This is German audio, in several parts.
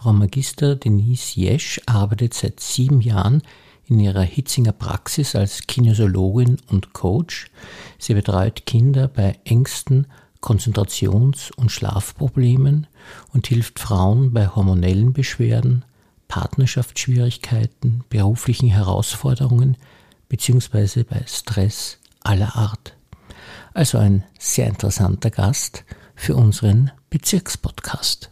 Frau Magister Denise Jesch arbeitet seit 7 Jahren in ihrer Hitzinger Praxis als Kinesiologin und Coach. Sie betreut Kinder bei Ängsten, Konzentrations- und Schlafproblemen und hilft Frauen bei hormonellen Beschwerden, Partnerschaftsschwierigkeiten, beruflichen Herausforderungen bzw. bei Stress aller Art. Also ein sehr interessanter Gast für unseren Bezirkspodcast.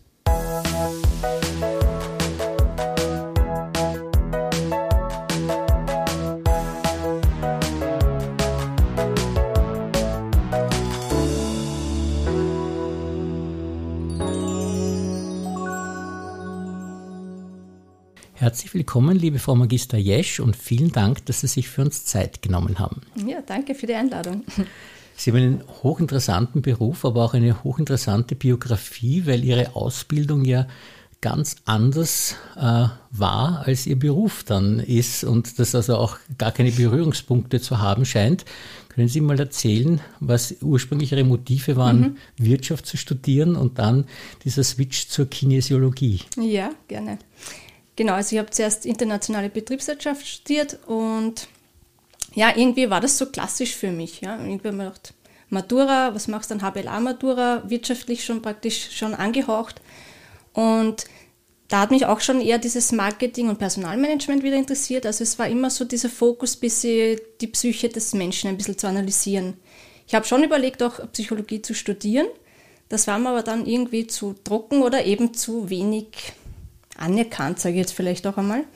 Herzlich willkommen, liebe Frau Magister Jesch, und vielen Dank, dass Sie sich für uns Zeit genommen haben. Ja, danke für die Einladung. Sie haben einen hochinteressanten Beruf, aber auch eine hochinteressante Biografie, weil Ihre Ausbildung ja ganz anders war, als Ihr Beruf dann ist und das also auch gar keine Berührungspunkte zu haben scheint. Können Sie mal erzählen, was ursprünglich Ihre Motive waren, Wirtschaft zu studieren und dann dieser Switch zur Kinesiologie? Ja, gerne. Genau, also ich habe zuerst internationale Betriebswirtschaft studiert und ja, irgendwie war das so klassisch für mich. Ja. Irgendwie habe ich mir gedacht, Matura, was machst du dann? HBLA-Matura, wirtschaftlich schon angehaucht. Und da hat mich auch schon eher dieses Marketing und Personalmanagement wieder interessiert. Also es war immer so dieser Fokus, die Psyche des Menschen ein bisschen zu analysieren. Ich habe schon überlegt, auch Psychologie zu studieren. Das war mir aber dann irgendwie zu trocken oder eben zu wenig anerkannt, sage ich jetzt vielleicht auch einmal.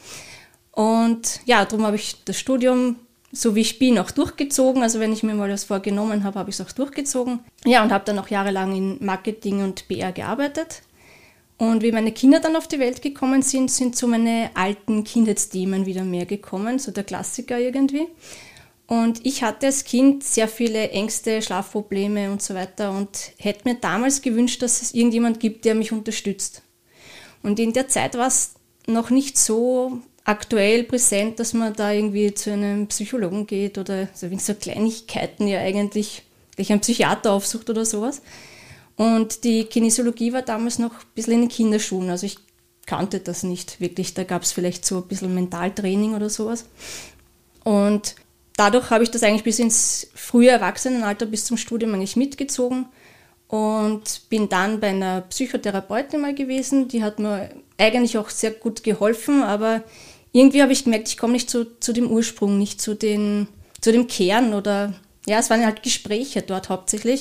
Und ja, darum habe ich das Studium, so wie ich bin, auch durchgezogen. Also wenn ich mir mal was vorgenommen habe, habe ich es auch durchgezogen. Ja, und habe dann auch jahrelang in Marketing und PR gearbeitet. Und wie meine Kinder dann auf die Welt gekommen sind so meine alten Kindheitsthemen wieder mehr gekommen, so der Klassiker irgendwie. Und ich hatte als Kind sehr viele Ängste, Schlafprobleme und so weiter und hätte mir damals gewünscht, dass es irgendjemand gibt, der mich unterstützt. Und in der Zeit war es noch nicht so aktuell präsent, dass man da irgendwie zu einem Psychologen geht oder so Kleinigkeiten ja eigentlich gleich einen Psychiater aufsucht oder sowas. Und die Kinesiologie war damals noch ein bisschen in den Kinderschuhen, also ich kannte das nicht wirklich. Da gab es vielleicht so ein bisschen Mentaltraining oder sowas. Und dadurch habe ich das eigentlich bis ins frühe Erwachsenenalter, bis zum Studium eigentlich mitgezogen. Und bin dann bei einer Psychotherapeutin mal gewesen, die hat mir eigentlich auch sehr gut geholfen, aber irgendwie habe ich gemerkt, ich komme nicht zu dem Ursprung, nicht zu dem Kern oder, ja, es waren halt Gespräche dort hauptsächlich.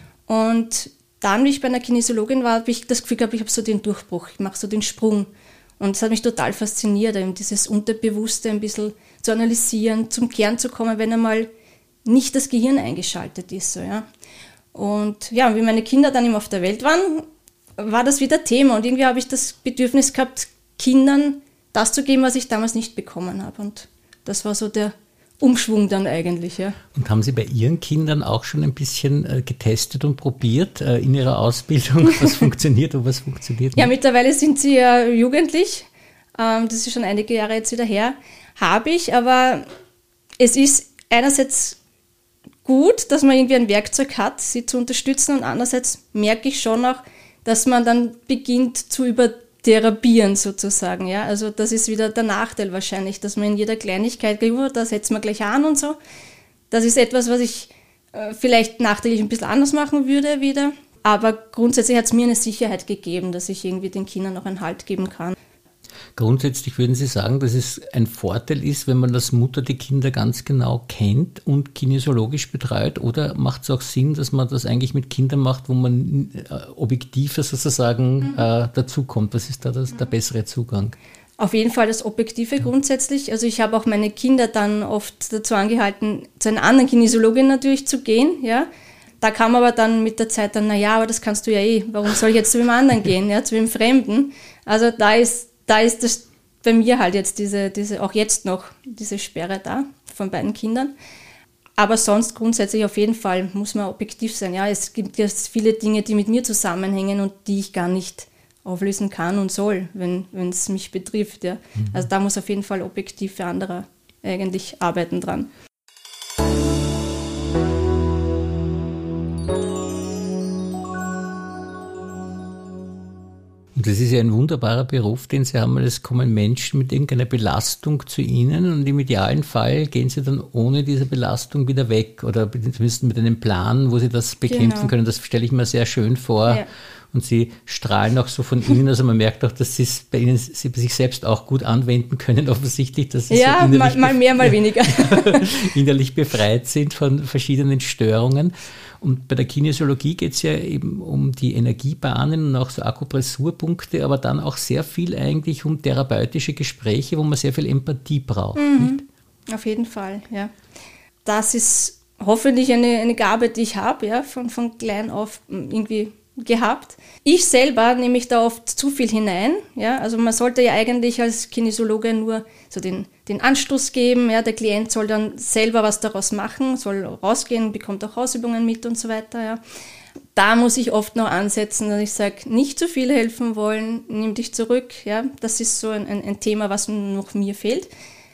Und dann, wie ich bei einer Kinesiologin war, habe ich das Gefühl gehabt, ich habe so den Durchbruch, ich mache so den Sprung. Und das hat mich total fasziniert, eben dieses Unterbewusste ein bisschen zu analysieren, zum Kern zu kommen, wenn einmal nicht das Gehirn eingeschaltet ist, so, ja. Und ja, wie meine Kinder dann eben auf der Welt waren, war das wieder Thema. Und irgendwie habe ich das Bedürfnis gehabt, Kindern das zu geben, was ich damals nicht bekommen habe. Und das war so der Umschwung dann eigentlich. Ja. Und haben Sie bei Ihren Kindern auch schon ein bisschen getestet und probiert in Ihrer Ausbildung, was funktioniert und was funktioniert nicht? Ja, mittlerweile sind sie ja jugendlich. Das ist schon einige Jahre jetzt wieder her. Habe ich, aber es ist einerseits gut, dass man irgendwie ein Werkzeug hat, sie zu unterstützen, und andererseits merke ich schon auch, dass man dann beginnt zu übertherapieren sozusagen. Ja? Also das ist wieder der Nachteil wahrscheinlich, dass man in jeder Kleinigkeit, da setzen wir gleich an und so. Das ist etwas, was ich vielleicht nachträglich ein bisschen anders machen würde wieder. Aber grundsätzlich hat es mir eine Sicherheit gegeben, dass ich irgendwie den Kindern noch einen Halt geben kann. Grundsätzlich würden Sie sagen, dass es ein Vorteil ist, wenn man als Mutter die Kinder ganz genau kennt und kinesiologisch betreut, oder macht es auch Sinn, dass man das eigentlich mit Kindern macht, wo man objektiver sozusagen dazukommt? Was ist da der bessere Zugang? Auf jeden Fall das Objektive grundsätzlich. Also ich habe auch meine Kinder dann oft dazu angehalten, zu einer anderen Kinesiologin natürlich zu gehen. Ja. Da kam aber dann mit der Zeit dann, naja, aber das kannst du ja eh. Warum soll ich jetzt zu wem anderen gehen, ja, zu wem Fremden? Also da ist das bei mir halt jetzt diese auch jetzt noch diese Sperre da von beiden Kindern. Aber sonst grundsätzlich auf jeden Fall muss man objektiv sein. Ja, es gibt jetzt viele Dinge, die mit mir zusammenhängen und die ich gar nicht auflösen kann und soll, wenn es mich betrifft. Ja. Also da muss auf jeden Fall objektiv für andere eigentlich arbeiten dran. Und das ist ja ein wunderbarer Beruf, den Sie haben. Es kommen Menschen mit irgendeiner Belastung zu Ihnen und im idealen Fall gehen sie dann ohne diese Belastung wieder weg oder zumindest mit einem Plan, wo sie das bekämpfen können. Das stelle ich mir sehr schön vor. Ja. Und Sie strahlen auch so von Ihnen, also man merkt auch, dass Sie es bei Ihnen Sie sich selbst auch gut anwenden können, offensichtlich. Dass Sie ja, so mal mehr, mal weniger. innerlich befreit sind von verschiedenen Störungen. Und bei der Kinesiologie geht es ja eben um die Energiebahnen und auch so Akupressurpunkte, aber dann auch sehr viel eigentlich um therapeutische Gespräche, wo man sehr viel Empathie braucht. Nicht? Auf jeden Fall, ja. Das ist hoffentlich eine Gabe, die ich habe, ja, von klein auf irgendwie gehabt. Ich selber nehme mich da oft zu viel hinein. Ja? Also man sollte ja eigentlich als Kinesiologe nur so den Anstoß geben. Ja? Der Klient soll dann selber was daraus machen, soll rausgehen, bekommt auch Hausübungen mit und so weiter. Ja? Da muss ich oft noch ansetzen, dass ich sage, nicht zu viel helfen wollen, nimm dich zurück. Ja? Das ist so ein Thema, was noch mir fehlt.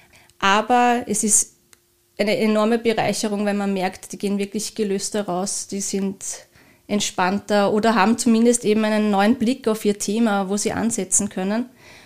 Aber es ist eine enorme Bereicherung, wenn man merkt, die gehen wirklich gelöster raus, die sind entspannter oder haben zumindest eben einen neuen Blick auf ihr Thema, wo sie ansetzen können.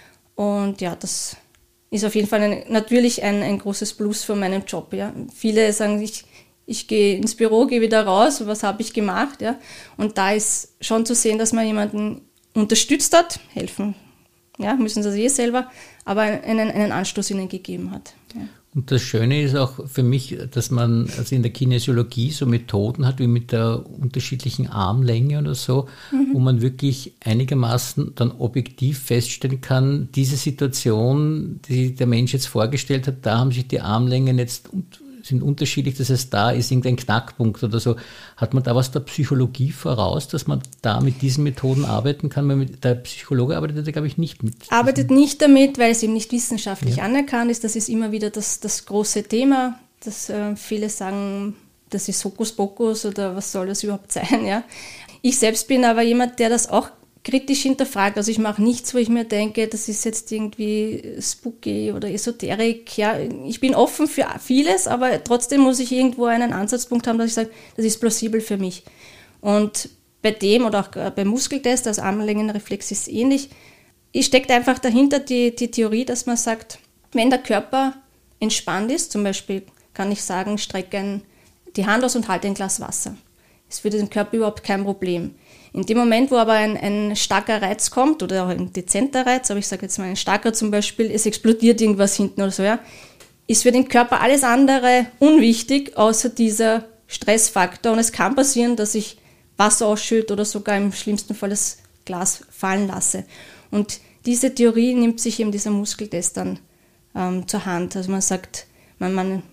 Und ja, das ist auf jeden Fall natürlich ein großes Plus von meinem Job. Ja. Viele sagen, ich gehe ins Büro, gehe wieder raus, was habe ich gemacht? Ja. Und da ist schon zu sehen, dass man jemanden unterstützt hat, helfen, ja, müssen sie selber, aber einen Anstoß ihnen gegeben hat. Ja. Und das Schöne ist auch für mich, dass man also in der Kinesiologie so Methoden hat, wie mit der unterschiedlichen Armlänge oder so, wo man wirklich einigermaßen dann objektiv feststellen kann, diese Situation, die der Mensch jetzt vorgestellt hat, da haben sich die Armlängen jetzt sind unterschiedlich, das heißt, da ist irgendein Knackpunkt oder so. Hat man da was der Psychologie voraus, dass man da mit diesen Methoden arbeiten kann? Weil der Psychologe arbeitet da, glaube ich, nicht mit. Arbeitet nicht damit, weil es eben nicht wissenschaftlich anerkannt ist. Das ist immer wieder das große Thema, dass viele sagen, das ist Hokuspokus oder was soll das überhaupt sein? Ja? Ich selbst bin aber jemand, der das auch kritisch hinterfragt. Also ich mache nichts, wo ich mir denke, das ist jetzt irgendwie spooky oder Esoterik. Ja, ich bin offen für vieles, aber trotzdem muss ich irgendwo einen Ansatzpunkt haben, dass ich sage, das ist plausibel für mich. Und bei dem oder auch beim Muskeltest, also Armlängenreflex ist ähnlich, steckt einfach dahinter die Theorie, dass man sagt, wenn der Körper entspannt ist, zum Beispiel kann ich sagen, strecke die Hand aus und halte ein Glas Wasser. Ist für den Körper überhaupt kein Problem. In dem Moment, wo aber ein starker Reiz kommt oder auch ein dezenter Reiz, aber ich sage jetzt mal ein starker zum Beispiel, es explodiert irgendwas hinten oder so, ja, ist für den Körper alles andere unwichtig, außer dieser Stressfaktor. Und es kann passieren, dass ich Wasser ausschütte oder sogar im schlimmsten Fall das Glas fallen lasse. Und diese Theorie nimmt sich eben dieser Muskeltest dann zur Hand. Also man sagt, man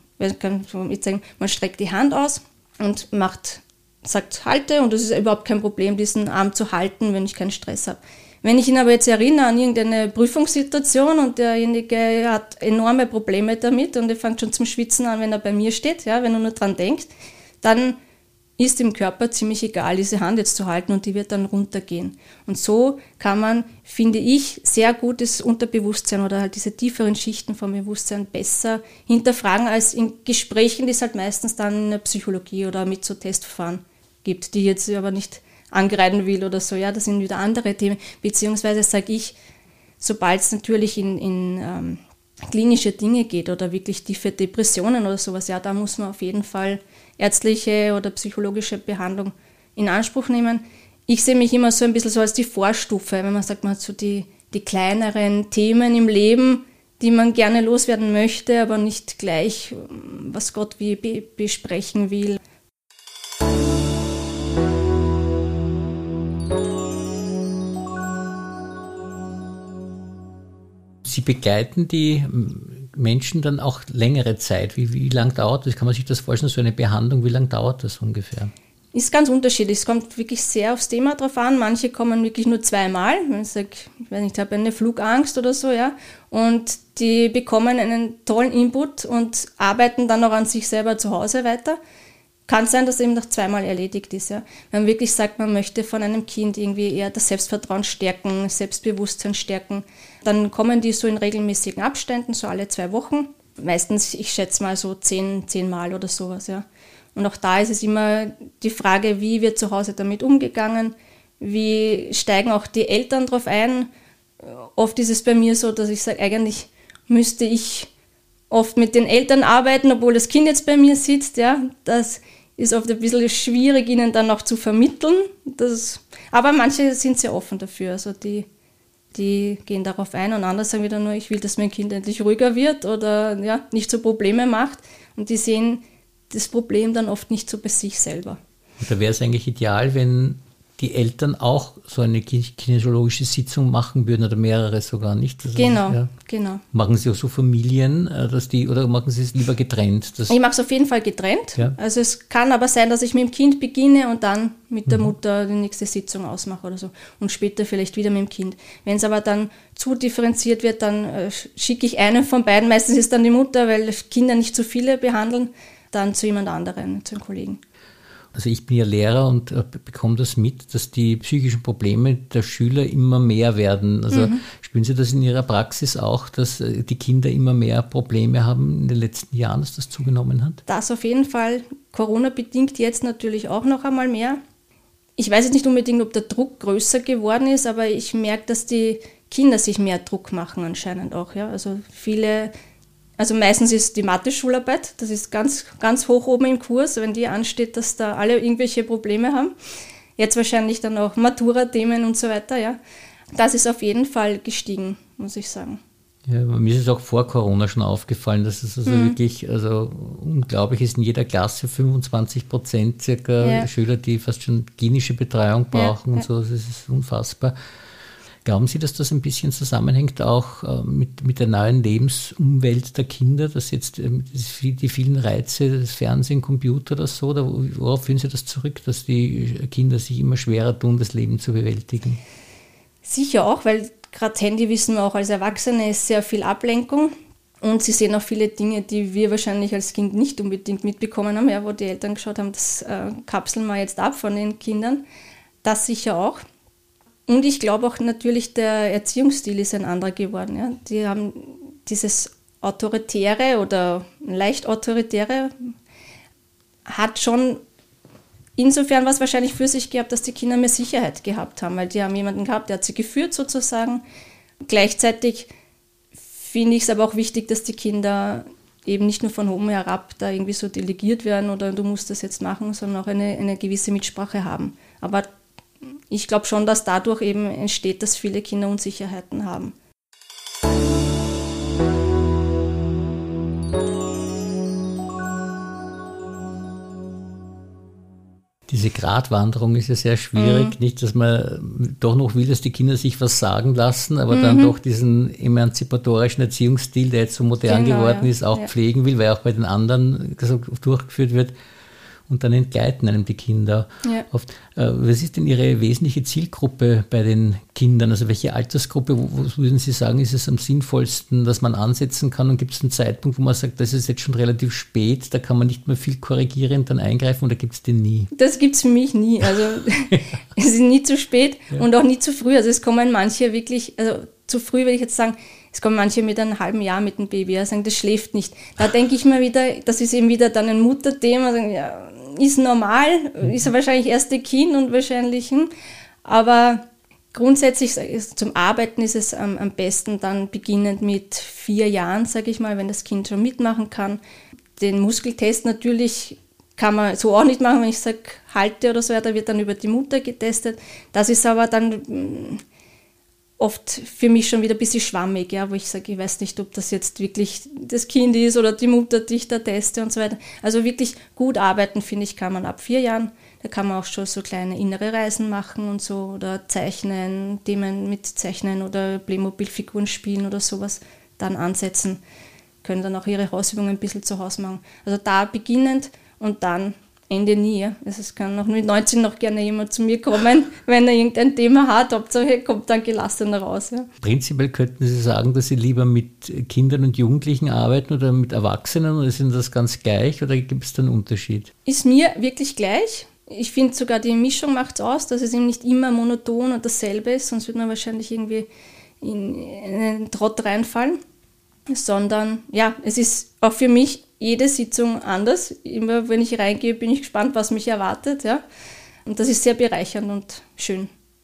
streckt die Hand aus und sagt, halte, und es ist überhaupt kein Problem, diesen Arm zu halten, wenn ich keinen Stress habe. Wenn ich ihn aber jetzt erinnere an irgendeine Prüfungssituation und derjenige hat enorme Probleme damit und er fängt schon zum Schwitzen an, wenn er bei mir steht, ja, wenn er nur dran denkt, dann ist dem Körper ziemlich egal, diese Hand jetzt zu halten und die wird dann runtergehen. Und so kann man, finde ich, sehr gut das Unterbewusstsein oder halt diese tieferen Schichten vom Bewusstsein besser hinterfragen als in Gesprächen, die es halt meistens dann in der Psychologie oder mit so Testverfahren gibt, die jetzt aber nicht angreifen will oder so. Ja, das sind wieder andere Themen. Beziehungsweise sage ich, sobald es natürlich in klinische Dinge geht oder wirklich tiefe Depressionen oder sowas, ja, da muss man auf jeden Fall ärztliche oder psychologische Behandlung in Anspruch nehmen. Ich sehe mich immer so ein bisschen so als die Vorstufe, wenn man sagt, man hat so die kleineren Themen im Leben, die man gerne loswerden möchte, aber nicht gleich, was Gott wie besprechen will. Sie begleiten die Menschen dann auch längere Zeit. Wie lang dauert das? Kann man sich das vorstellen, so eine Behandlung, wie lange dauert das ungefähr? Ist ganz unterschiedlich. Es kommt wirklich sehr aufs Thema drauf an. Manche kommen wirklich nur zweimal. Wenn ich sage, ich weiß nicht, ich habe eine Flugangst oder so, ja. Und die bekommen einen tollen Input und arbeiten dann auch an sich selber zu Hause weiter. Kann sein, dass eben noch zweimal erledigt ist, ja. Wenn man wirklich sagt, man möchte von einem Kind irgendwie eher das Selbstvertrauen stärken, Selbstbewusstsein stärken, dann kommen die so in regelmäßigen Abständen, so alle 2 Wochen. Meistens, ich schätze mal so 10 Mal oder sowas, ja. Und auch da ist es immer die Frage, wie wird zu Hause damit umgegangen, Wie steigen auch die Eltern drauf ein? Oft ist es bei mir so, dass ich sage, eigentlich müsste ich oft mit den Eltern arbeiten, obwohl das Kind jetzt bei mir sitzt. Ja? Das ist oft ein bisschen schwierig, ihnen dann auch zu vermitteln. Aber manche sind sehr offen dafür. Also die gehen darauf ein und andere sagen wieder nur, ich will, dass mein Kind endlich ruhiger wird oder nicht so Probleme macht. Und die sehen das Problem dann oft nicht so bei sich selber. Und da wäre es eigentlich ideal, wenn die Eltern auch so eine kinesiologische Sitzung machen würden oder mehrere sogar, nicht? Genau. Machen Sie auch so Familien, oder machen Sie es lieber getrennt? Ich mache es auf jeden Fall getrennt. Ja. Also es kann aber sein, dass ich mit dem Kind beginne und dann mit der Mutter die nächste Sitzung ausmache oder so und später vielleicht wieder mit dem Kind. Wenn es aber dann zu differenziert wird, dann schicke ich einen von beiden, meistens ist dann die Mutter, weil Kinder nicht so viele behandeln, dann zu jemand anderen, zu einem Kollegen. Also ich bin ja Lehrer und bekomme das mit, dass die psychischen Probleme der Schüler immer mehr werden. Also spüren Sie das in Ihrer Praxis auch, dass die Kinder immer mehr Probleme haben in den letzten Jahren, dass das zugenommen hat? Das auf jeden Fall. Corona-bedingt jetzt natürlich auch noch einmal mehr. Ich weiß jetzt nicht unbedingt, ob der Druck größer geworden ist, aber ich merke, dass die Kinder sich mehr Druck machen anscheinend auch. Ja? Also meistens ist die Mathe-Schularbeit, das ist ganz, ganz hoch oben im Kurs, wenn die ansteht, dass da alle irgendwelche Probleme haben. Jetzt wahrscheinlich dann auch Matura-Themen und so weiter, ja. Das ist auf jeden Fall gestiegen, muss ich sagen. Ja, mir ist es auch vor Corona schon aufgefallen, dass es wirklich unglaublich ist, in jeder Klasse 25% circa Schüler, die fast schon klinische Betreuung brauchen und so, das ist unfassbar. Glauben Sie, dass das ein bisschen zusammenhängt auch mit der neuen Lebensumwelt der Kinder, dass jetzt die vielen Reize, das Fernsehen, Computer oder so, oder worauf führen Sie das zurück, dass die Kinder sich immer schwerer tun, das Leben zu bewältigen? Sicher auch, weil gerade Handy, wissen wir auch als Erwachsene, ist sehr viel Ablenkung und sie sehen auch viele Dinge, die wir wahrscheinlich als Kind nicht unbedingt mitbekommen haben, wo die Eltern geschaut haben, das kapseln wir jetzt ab von den Kindern. Das sicher auch. Und ich glaube auch natürlich, der Erziehungsstil ist ein anderer geworden. Ja. Die haben dieses Autoritäre oder leicht Autoritäre hat schon insofern was wahrscheinlich für sich gehabt, dass die Kinder mehr Sicherheit gehabt haben, weil die haben jemanden gehabt, der hat sie geführt sozusagen. Gleichzeitig finde ich es aber auch wichtig, dass die Kinder eben nicht nur von oben herab da irgendwie so delegiert werden oder du musst das jetzt machen, sondern auch eine gewisse Mitsprache haben. Aber ich glaube schon, dass dadurch eben entsteht, dass viele Kinder Unsicherheiten haben. Diese Gratwanderung ist ja sehr schwierig, nicht, dass man doch noch will, dass die Kinder sich was sagen lassen, aber dann doch diesen emanzipatorischen Erziehungsstil, der jetzt so modern geworden ist, auch pflegen will, weil auch bei den anderen so durchgeführt wird. Und dann entgleiten einem die Kinder oft. Was ist denn Ihre wesentliche Zielgruppe bei den Kindern? Also welche Altersgruppe, wo würden Sie sagen, ist es am sinnvollsten, dass man ansetzen kann? Und gibt es einen Zeitpunkt, wo man sagt, das ist jetzt schon relativ spät, da kann man nicht mehr viel korrigierend dann eingreifen, oder gibt es den nie? Das gibt es für mich nie. Also es ist nie zu spät und auch nie zu früh. Also es kommen manche wirklich, also zu früh würde ich jetzt sagen, es kommen manche mit einem halben Jahr mit dem Baby, sagen, das schläft nicht. Da denke ich mir wieder, das ist eben wieder dann ein Mutterthema, sagen, ja, ist normal, ist ja wahrscheinlich erste Kind und wahrscheinlich, aber grundsätzlich zum Arbeiten ist es am besten dann beginnend mit 4 Jahren, sage ich mal, wenn das Kind schon mitmachen kann. Den Muskeltest natürlich kann man so auch nicht machen, wenn ich sage, halte oder so weiter, wird dann über die Mutter getestet. Das ist aber dann oft für mich schon wieder ein bisschen schwammig, wo ich sage, ich weiß nicht, ob das jetzt wirklich das Kind ist oder die Mutter, die ich da teste und so weiter. Also wirklich gut arbeiten, finde ich, kann man ab 4 Jahren. Da kann man auch schon so kleine innere Reisen machen und so oder zeichnen, Themen mit zeichnen oder Playmobil-Figuren spielen oder sowas dann ansetzen. Können dann auch ihre Hausübungen ein bisschen zu Hause machen. Also da beginnend und dann Ende nie. Also es kann noch mit 19 noch gerne jemand zu mir kommen, wenn er irgendein Thema hat. Hauptsache kommt dann gelassener raus. Ja. Prinzipiell könnten Sie sagen, dass Sie lieber mit Kindern und Jugendlichen arbeiten oder mit Erwachsenen, oder sind das ganz gleich, oder gibt es da einen Unterschied? Ist mir wirklich gleich. Ich finde sogar, die Mischung macht es aus, dass es eben nicht immer monoton und dasselbe ist, sonst würde man wahrscheinlich irgendwie in einen Trott reinfallen. Sondern ja, es ist auch für mich jede Sitzung anders. Immer wenn ich reingehe, bin ich gespannt, was mich erwartet. Ja? Und das ist sehr bereichernd und schön.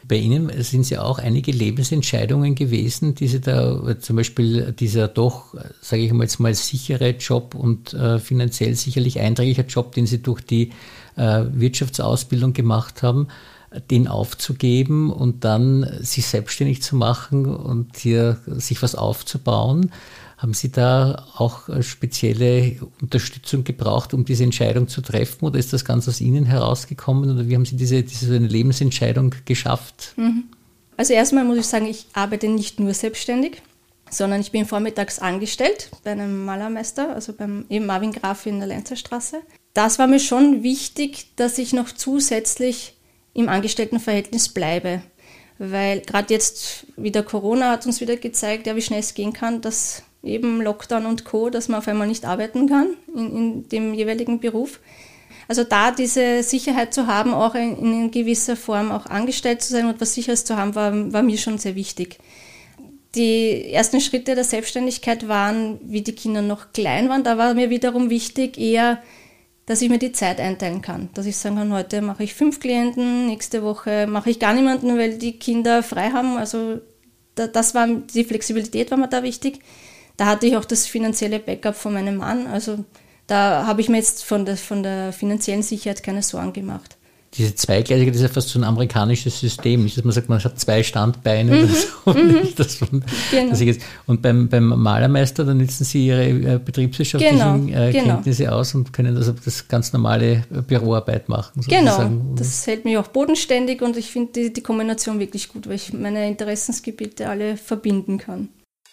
Bei Ihnen sind es ja auch einige Lebensentscheidungen gewesen, die Sie da, zum Beispiel dieser doch, sage ich mal jetzt mal, sichere Job und finanziell sicherlich einträglicher Job, den Sie durch die Wirtschaftsausbildung gemacht haben, den aufzugeben und dann sich selbstständig zu machen und hier sich was aufzubauen. Haben Sie da auch spezielle Unterstützung gebraucht, um diese Entscheidung zu treffen, oder ist das ganz aus Ihnen herausgekommen, oder wie haben Sie diese eine Lebensentscheidung geschafft? Also erstmal muss ich sagen, ich arbeite nicht nur selbstständig, sondern ich bin vormittags angestellt bei einem Malermeister, also beim eben Marvin Graf in der Lenzerstraße. Das war mir schon wichtig, dass ich noch zusätzlich im Angestelltenverhältnis bleibe, weil gerade jetzt wieder Corona hat uns wieder gezeigt, ja, wie schnell es gehen kann, dass eben Lockdown und Co., dass man auf einmal nicht arbeiten kann in dem jeweiligen Beruf. Also da diese Sicherheit zu haben, auch in gewisser Form auch angestellt zu sein und was Sicheres zu haben, war mir schon sehr wichtig. Die ersten Schritte der Selbstständigkeit waren, wie die Kinder noch klein waren. Da war mir wiederum wichtig eher, dass ich mir die Zeit einteilen kann. Dass ich sagen kann, heute mache ich 5 Klienten, nächste Woche mache ich gar niemanden, weil die Kinder frei haben. Also das war, die Flexibilität war mir da wichtig. Da hatte ich auch das finanzielle Backup von meinem Mann. Also da habe ich mir jetzt von der finanziellen Sicherheit keine Sorgen gemacht. Diese Zweigleisigkeit ist ja fast so ein amerikanisches System. Nicht, dass man sagt, man hat 2 Standbeine oder so. Nicht, genau. Und beim Malermeister, da nützen Sie Ihre betriebswirtschaftlichen Kenntnisse aus und können also das ganz normale Büroarbeit machen. Sozusagen. Genau, das hält mich auch bodenständig und ich finde die Kombination wirklich gut, weil ich meine Interessensgebiete alle verbinden kann.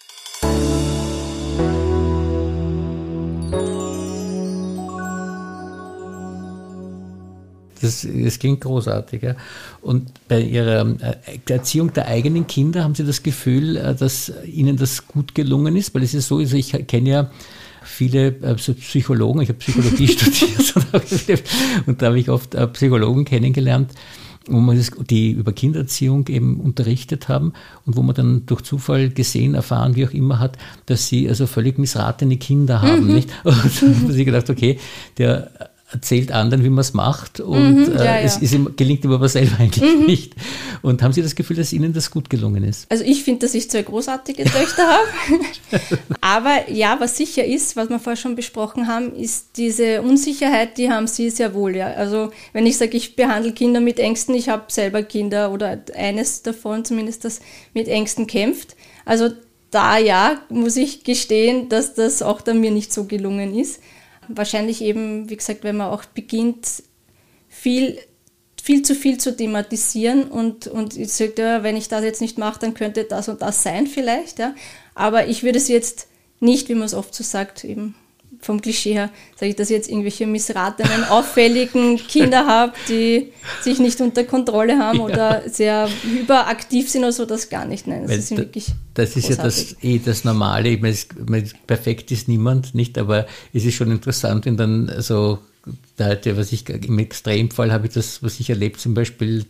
Das klingt großartig. Ja. Und bei Ihrer Erziehung der eigenen Kinder haben Sie das Gefühl, dass Ihnen das gut gelungen ist? Weil es ist so, also ich kenne ja viele Psychologen, ich habe Psychologie studiert und da habe ich oft Psychologen kennengelernt, wo man die über Kindererziehung eben unterrichtet haben und wo man dann durch Zufall gesehen, erfahren, wie auch immer hat, dass sie also völlig missratene Kinder haben. Nicht? Und dann habe ich gedacht, okay, der erzählt anderen, wie man es macht und es gelingt ihm aber selber eigentlich nicht. Und haben Sie das Gefühl, dass Ihnen das gut gelungen ist? Also ich finde, dass ich 2 großartige Töchter habe. Aber ja, was sicher ist, was wir vorher schon besprochen haben, ist diese Unsicherheit, die haben Sie sehr wohl. Ja. Also wenn ich sage, ich behandle Kinder mit Ängsten, ich habe selber Kinder oder eines davon zumindest, das mit Ängsten kämpft. Also da muss ich gestehen, dass das auch dann mir nicht so gelungen ist. Wahrscheinlich eben, wie gesagt, wenn man auch beginnt, viel zu viel zu thematisieren und ich sage, ja, wenn ich das jetzt nicht mache, dann könnte das und das sein vielleicht. Ja. Aber ich würde es jetzt nicht, wie man es oft so sagt, eben vom Klischee her, sage ich, dass ich jetzt irgendwelche missratenen, auffälligen Kinder habe, die sich nicht unter Kontrolle haben oder sehr hyperaktiv sind oder so, das gar nicht. Nein, das ist wirklich das ist großartig. Ja das Normale. Ich meine, perfekt ist niemand, nicht, aber es ist schon interessant, wenn dann so, im Extremfall habe ich das, was ich erlebt, zum Beispiel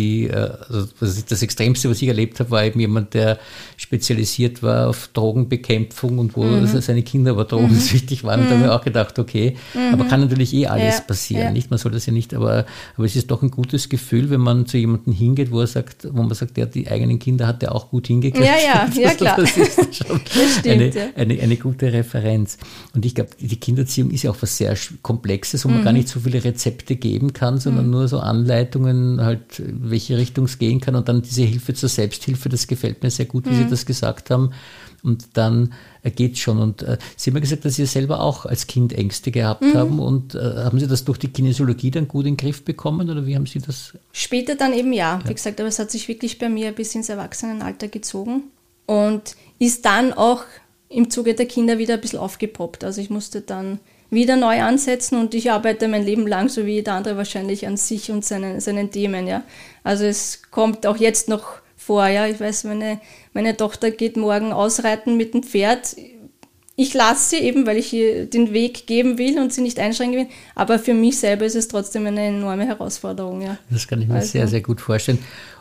das Extremste, was ich erlebt habe, war eben jemand, der spezialisiert war auf Drogenbekämpfung und wo seine Kinder aber drogensüchtig waren. Und da habe ich auch gedacht, okay, aber kann natürlich alles passieren, nicht? Man soll das ja nicht, aber es ist doch ein gutes Gefühl, wenn man zu jemandem hingeht, wo man sagt, der die eigenen Kinder hat, der auch gut hingekriegt. Ja, klar. Das ist schon eine gute Referenz. Und ich glaube, die Kindererziehung ist ja auch was sehr Komplexes, wo man gar nicht so viele Rezepte geben kann, sondern nur so Anleitungen halt, welche Richtung es gehen kann und dann diese Hilfe zur Selbsthilfe, das gefällt mir sehr gut, wie Sie das gesagt haben und dann geht's schon. Und Sie haben ja gesagt, dass Sie selber auch als Kind Ängste gehabt haben und haben Sie das durch die Kinesiologie dann gut in den Griff bekommen oder wie haben Sie das? Später dann eben ja, wie gesagt, aber es hat sich wirklich bei mir bis ins Erwachsenenalter gezogen und ist dann auch im Zuge der Kinder wieder ein bisschen aufgepoppt. Also ich musste dann wieder neu ansetzen und ich arbeite mein Leben lang, so wie jeder andere wahrscheinlich, an sich und seinen Themen. Ja. Also es kommt auch jetzt noch vor. Ja. Ich weiß, meine Tochter geht morgen ausreiten mit dem Pferd. Ich lasse sie eben, weil ich ihr den Weg geben will und sie nicht einschränken will. Aber für mich selber ist es trotzdem eine enorme Herausforderung. Ja. Das kann ich mir sehr, sehr gut vorstellen.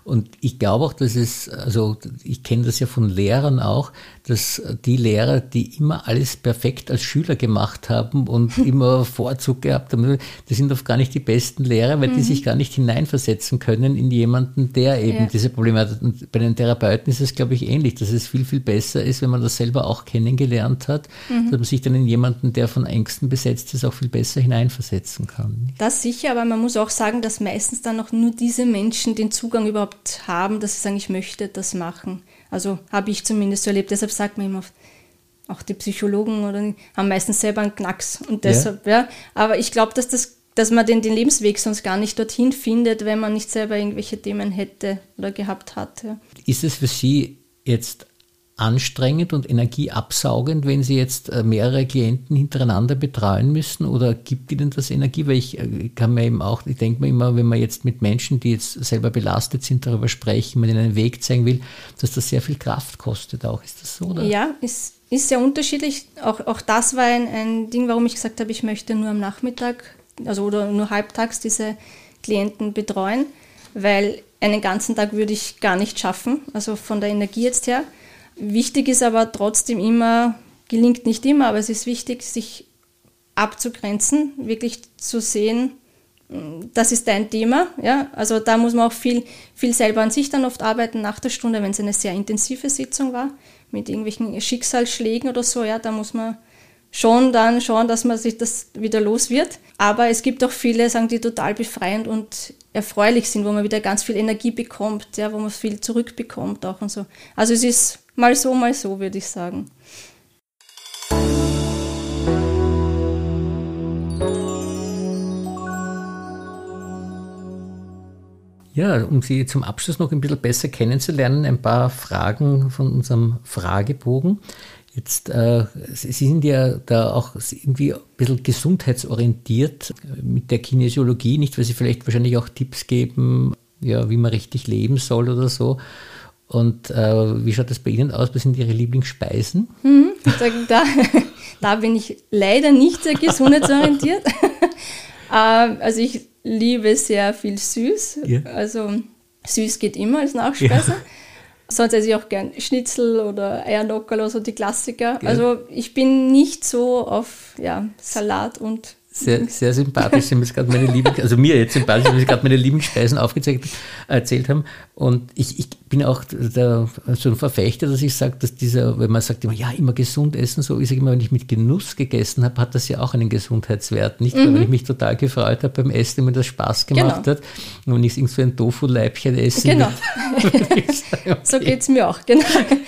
Und ich glaube auch, dass ich kenne das ja von Lehrern auch, dass die Lehrer, die immer alles perfekt als Schüler gemacht haben und immer Vorzug gehabt haben, das sind oft gar nicht die besten Lehrer, weil die sich gar nicht hineinversetzen können in jemanden, der eben diese Probleme hat. Und bei den Therapeuten ist es, glaube ich, ähnlich, dass es viel, viel besser ist, wenn man das selber auch kennengelernt hat, dass man sich dann in jemanden, der von Ängsten besetzt ist, auch viel besser hineinversetzen kann. Das sicher, aber man muss auch sagen, dass meistens dann auch nur diese Menschen den Zugang überhaupt haben, dass sie sagen, ich möchte das machen. Also habe ich zumindest so erlebt. Deshalb sagt man immer, auch die Psychologen haben meistens selber einen Knacks. Und deshalb, aber ich glaube, dass man den Lebensweg sonst gar nicht dorthin findet, wenn man nicht selber irgendwelche Themen hätte oder gehabt hat. Ja. Ist es für Sie jetzt anstrengend und energieabsaugend, wenn Sie jetzt mehrere Klienten hintereinander betreuen müssen, oder gibt Ihnen das Energie? Weil ich denke mir immer, wenn man jetzt mit Menschen, die jetzt selber belastet sind, darüber sprechen, man ihnen einen Weg zeigen will, dass das sehr viel Kraft kostet auch. Ist das so? Oder? Ja, ist sehr unterschiedlich. Auch das war ein Ding, warum ich gesagt habe, ich möchte nur am Nachmittag, oder nur halbtags diese Klienten betreuen, weil einen ganzen Tag würde ich gar nicht schaffen, also von der Energie jetzt her. Wichtig ist aber trotzdem immer, gelingt nicht immer, aber es ist wichtig, sich abzugrenzen, wirklich zu sehen, das ist dein Thema. Ja? Also da muss man auch viel selber an sich dann oft arbeiten nach der Stunde, wenn es eine sehr intensive Sitzung war, mit irgendwelchen Schicksalsschlägen oder so, ja, da muss man schon dann schauen, dass man sich das wieder los wird. Aber es gibt auch viele, sagen die, total befreiend und erfreulich sind, wo man wieder ganz viel Energie bekommt, ja, wo man viel zurückbekommt auch und so. Also es ist mal so, würde ich sagen. Ja, um Sie zum Abschluss noch ein bisschen besser kennenzulernen, ein paar Fragen von unserem Fragebogen. Jetzt, Sie sind ja da auch irgendwie ein bisschen gesundheitsorientiert mit der Kinesiologie, nicht, weil Sie vielleicht wahrscheinlich auch Tipps geben, ja, wie man richtig leben soll oder so. Und wie schaut das bei Ihnen aus? Was sind Ihre Lieblingsspeisen? Da bin ich leider nicht sehr gesundheitsorientiert. Also ich liebe sehr viel süß. Ja. Also süß geht immer als Nachspeise. Ja. Sonst esse ich auch gern Schnitzel oder Eiernockerl oder so, die Klassiker. Ja. Also ich bin nicht so auf Salat und... Sehr, sehr sympathisch, Sie haben jetzt gerade mir jetzt sympathisch, weil Sie gerade meine Lieblingsspeisen erzählt haben. Und ich bin auch so ein Verfechter, dass ich sage, dass wenn man sagt immer, ja, immer gesund essen, so, ich sage immer, wenn ich mit Genuss gegessen habe, hat das ja auch einen Gesundheitswert. Nicht, weil ich mich total gefreut habe beim Essen, mir das Spaß gemacht hat. Und wenn ich irgend so ein Tofu-Leibchen esse. Genau. Okay. So geht es mir auch, genau.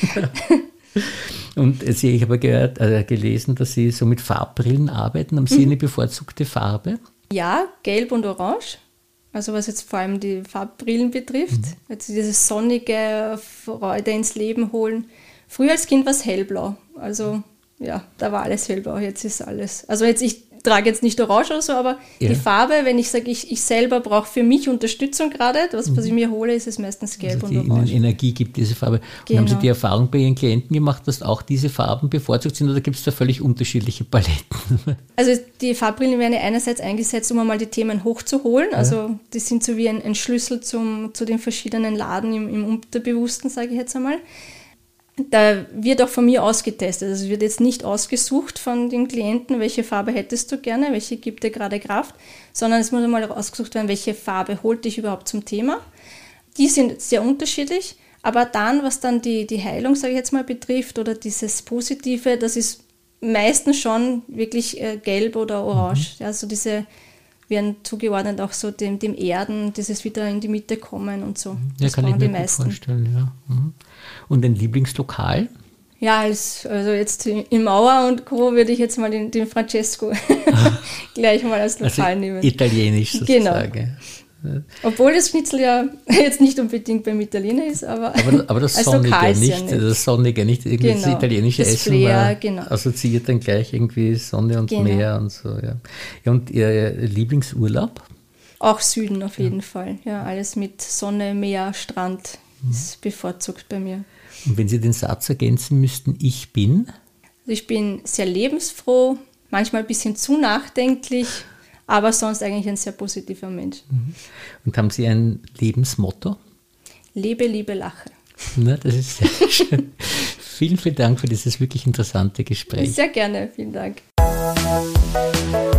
Und ich habe gelesen, dass Sie so mit Farbbrillen arbeiten. Haben Sie eine bevorzugte Farbe? Ja, gelb und orange. Also was jetzt vor allem die Farbbrillen betrifft. Also dieses sonnige Freude ins Leben holen. Früher als Kind war es hellblau. Also ja, da war alles hellblau. Jetzt ist alles... Also ich trage jetzt nicht orange oder so, aber die Farbe, wenn ich sage, ich selber brauche für mich Unterstützung gerade, was ich mir hole, ist es meistens gelb also und orange. Die Energie gibt diese Farbe. Genau. Und haben Sie die Erfahrung bei Ihren Klienten gemacht, dass auch diese Farben bevorzugt sind, oder gibt es da völlig unterschiedliche Paletten? Also die Farbbrillen werden ja einerseits eingesetzt, um einmal die Themen hochzuholen. Also die sind so wie ein Schlüssel zu den verschiedenen Laden im Unterbewussten, sage ich jetzt einmal. Da wird auch von mir ausgetestet. Also es wird jetzt nicht ausgesucht von den Klienten, welche Farbe hättest du gerne, welche gibt dir gerade Kraft, sondern es muss einmal ausgesucht werden, welche Farbe holt dich überhaupt zum Thema. Die sind sehr unterschiedlich, aber dann, was dann die Heilung, sage ich jetzt mal, betrifft oder dieses Positive, das ist meistens schon wirklich gelb oder orange. Also diese werden zugeordnet auch so dem Erden, dieses wieder in die Mitte kommen und so. Ja, kann ich mir gut vorstellen, ja. Und ein Lieblingslokal? Ja, also jetzt in Mauer und Co. würde ich jetzt mal den Francesco gleich mal als Lokal nehmen. Italienisch sozusagen. Genau. Obwohl das Schnitzel ja jetzt nicht unbedingt beim Italiener ist, aber das als Sonnige Lokal nicht. Das Sonnige nicht. Irgendwie das italienische das Essen Flair, assoziiert dann gleich irgendwie Sonne und Meer und so. Ja. Und Ihr Lieblingsurlaub? Auch Süden auf jeden Fall. Ja, alles mit Sonne, Meer, Strand ist bevorzugt bei mir. Und wenn Sie den Satz ergänzen müssten, ich bin? Also ich bin sehr lebensfroh, manchmal ein bisschen zu nachdenklich, aber sonst eigentlich ein sehr positiver Mensch. Und haben Sie ein Lebensmotto? lebe, liebe, lache. Na, das ist sehr schön. Vielen, vielen Dank für dieses wirklich interessante Gespräch. Sehr gerne, vielen Dank.